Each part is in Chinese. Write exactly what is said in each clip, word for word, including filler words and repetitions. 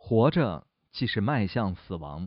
活着即是迈向死亡。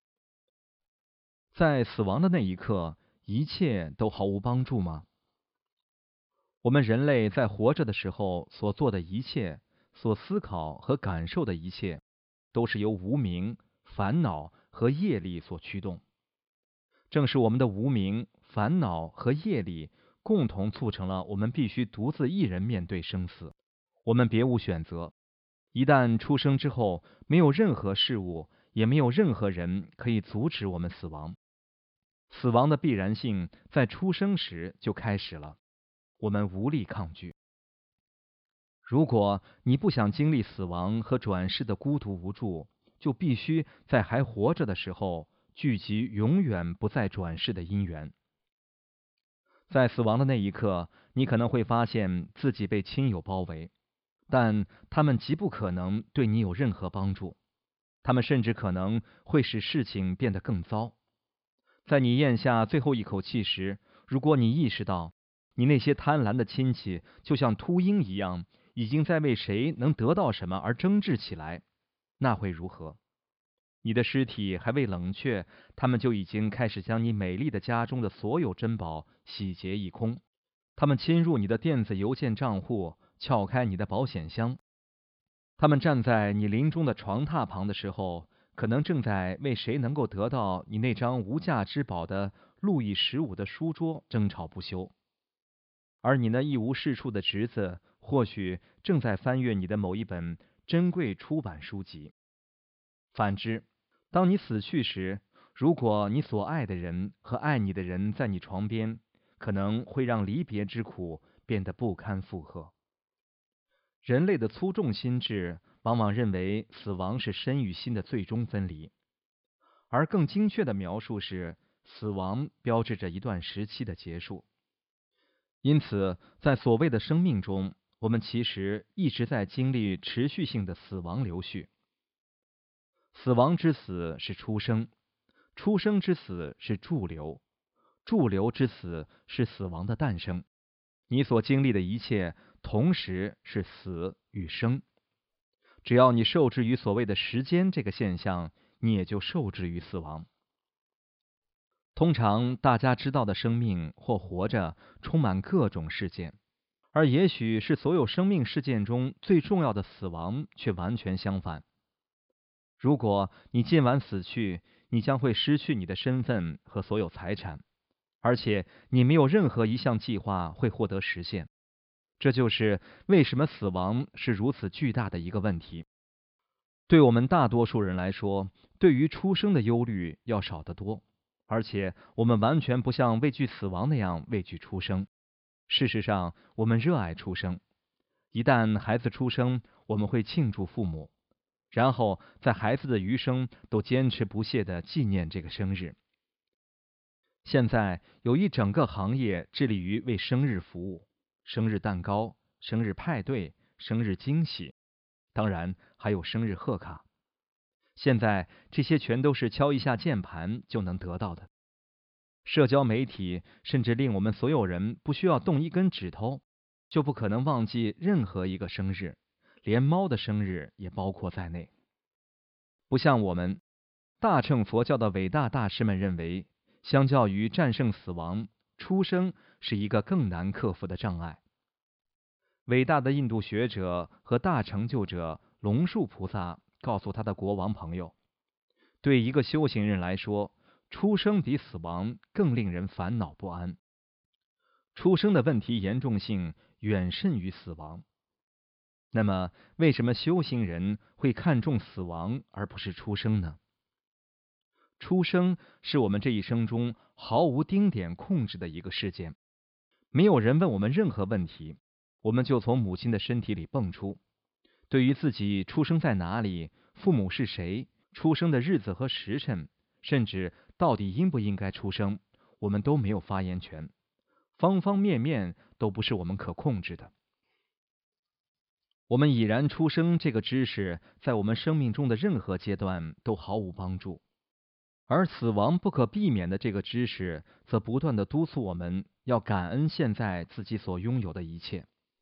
在死亡的那一刻，一切都毫无帮助吗？我们人类在活着的时候所做的一切，所思考和感受的一切，都是由无明、烦恼和业力所驱动。正是我们的无明、烦恼和业力共同促成了我们必须独自一人面对生死，我们别无选择。一旦出生之后，没有任何事物，也没有任何人可以阻止我们死亡。死亡的必然性在出生时就开始了，我们无力抗拒。如果你不想经历死亡和转世的孤独无助，就必须在还活着的时候聚集永远不再转世的因缘。在死亡的那一刻，你可能会发现自己被亲友包围，但他们极不可能对你有任何帮助，他们甚至可能会使事情变得更糟。在你咽下最后一口气时，如果你意识到你那些贪婪的亲戚就像秃鹰一样，已经在为谁能得到什么而争执起来，那会如何？你的尸体还未冷却，他们就已经开始将你美丽的家中的所有珍宝洗劫一空。他们侵入你的电子邮件账户，撬开你的保险箱。他们站在你临终的床榻旁的时候，可能正在为谁能够得到你那张无价之宝的路易十五的书桌争吵不休。而你那一无是处的侄子，或许正在翻阅你的某一本珍贵出版书籍。反之，当你死去时，如果你所爱的人和爱你的人在你床边，可能会让离别之苦变得不堪负荷。人类的粗重心智往往认为死亡是身与心的最终分离，而更精确的描述是，死亡标志着一段时期的结束。因此，在所谓的生命中，我们其实一直在经历持续性的死亡流续。死亡之死是出生，出生之死是驻留，驻留之死是死亡的诞生。你所经历的一切，同时是死与生。只要你受制于所谓的时间这个现象，你也就受制于死亡。通常大家知道的生命或活着，充满各种事件，而也许是所有生命事件中最重要的死亡，却完全相反。如果你今晚死去，你将会失去你的身份和所有财产，而且你没有任何一项计划会获得实现。这就是为什么死亡是如此巨大的一个问题。对我们大多数人来说，对于出生的忧虑要少得多，而且我们完全不像畏惧死亡那样畏惧出生。事实上，我们热爱出生。一旦孩子出生，我们会庆祝父母，然后在孩子的余生都坚持不懈地纪念这个生日。现在有一整个行业致力于为生日服务，生日蛋糕、生日派对、生日惊喜，当然还有生日贺卡。现在这些全都是敲一下键盘就能得到的。社交媒体甚至令我们所有人不需要动一根指头，就不可能忘记任何一个生日，连猫的生日也包括在内。不像我们，大乘佛教的伟大大师们认为，相较于战胜死亡，出生是一个更难克服的障碍。伟大的印度学者和大成就者龙树菩萨告诉他的国王朋友，对一个修行人来说，出生比死亡更令人烦恼不安。出生的问题严重性远甚于死亡。那么，为什么修行人会看重死亡而不是出生呢？出生是我们这一生中毫无丁点控制的一个事件，没有人问我们任何问题，我们就从母亲的身体里蹦出。对于自己出生在哪里、父母是谁、出生的日子和时辰，甚至到底应不应该出生，我们都没有发言权，方方面面都不是我们可控制的。我们已然出生这个知识，在我们生命中的任何阶段都毫无帮助，而死亡不可避免的这个知识，则不断地督促我们要感恩现在自己所拥有的一切。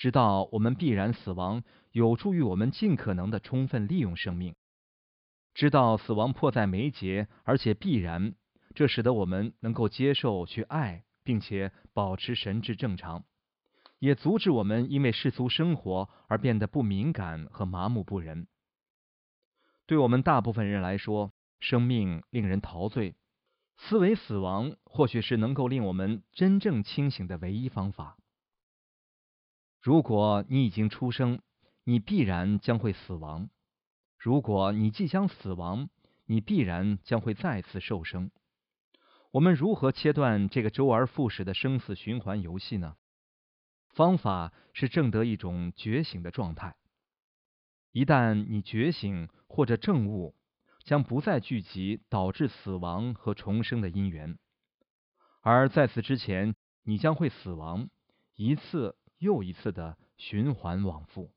知道我们必然死亡，有助于我们尽可能的充分利用生命。知道死亡迫在眉睫，而且必然，这使得我们能够接受去爱，并且保持神志正常，也阻止我们因为世俗生活而变得不敏感和麻木不仁。对我们大部分人来说，生命令人陶醉，思维死亡或许是能够令我们真正清醒的唯一方法。如果你已经出生，你必然将会死亡；如果你即将死亡，你必然将会再次受生。我们如何切断这个周而复始的生死循环游戏呢？方法是证得一种觉醒的状态。一旦你觉醒或者证悟，将不再聚集导致死亡和重生的因缘，而在此之前，你将会死亡，一次又一次的循环往复。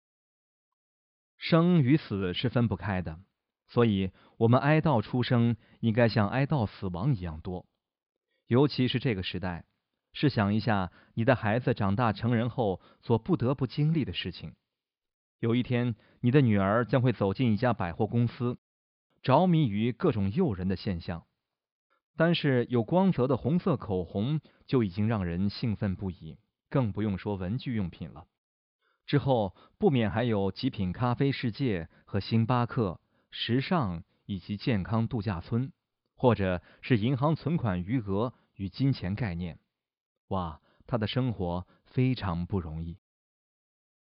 生与死是分不开的，所以我们哀悼出生应该像哀悼死亡一样多。尤其是这个时代，试想一下你的孩子长大成人后所不得不经历的事情。有一天，你的女儿将会走进一家百货公司，着迷于各种诱人的现象。但是有光泽的红色口红就已经让人兴奋不已，更不用说文具用品了。之后不免还有极品咖啡世界和星巴克、时尚以及健康度假村，或者是银行存款余额与金钱概念。哇，他的生活非常不容易。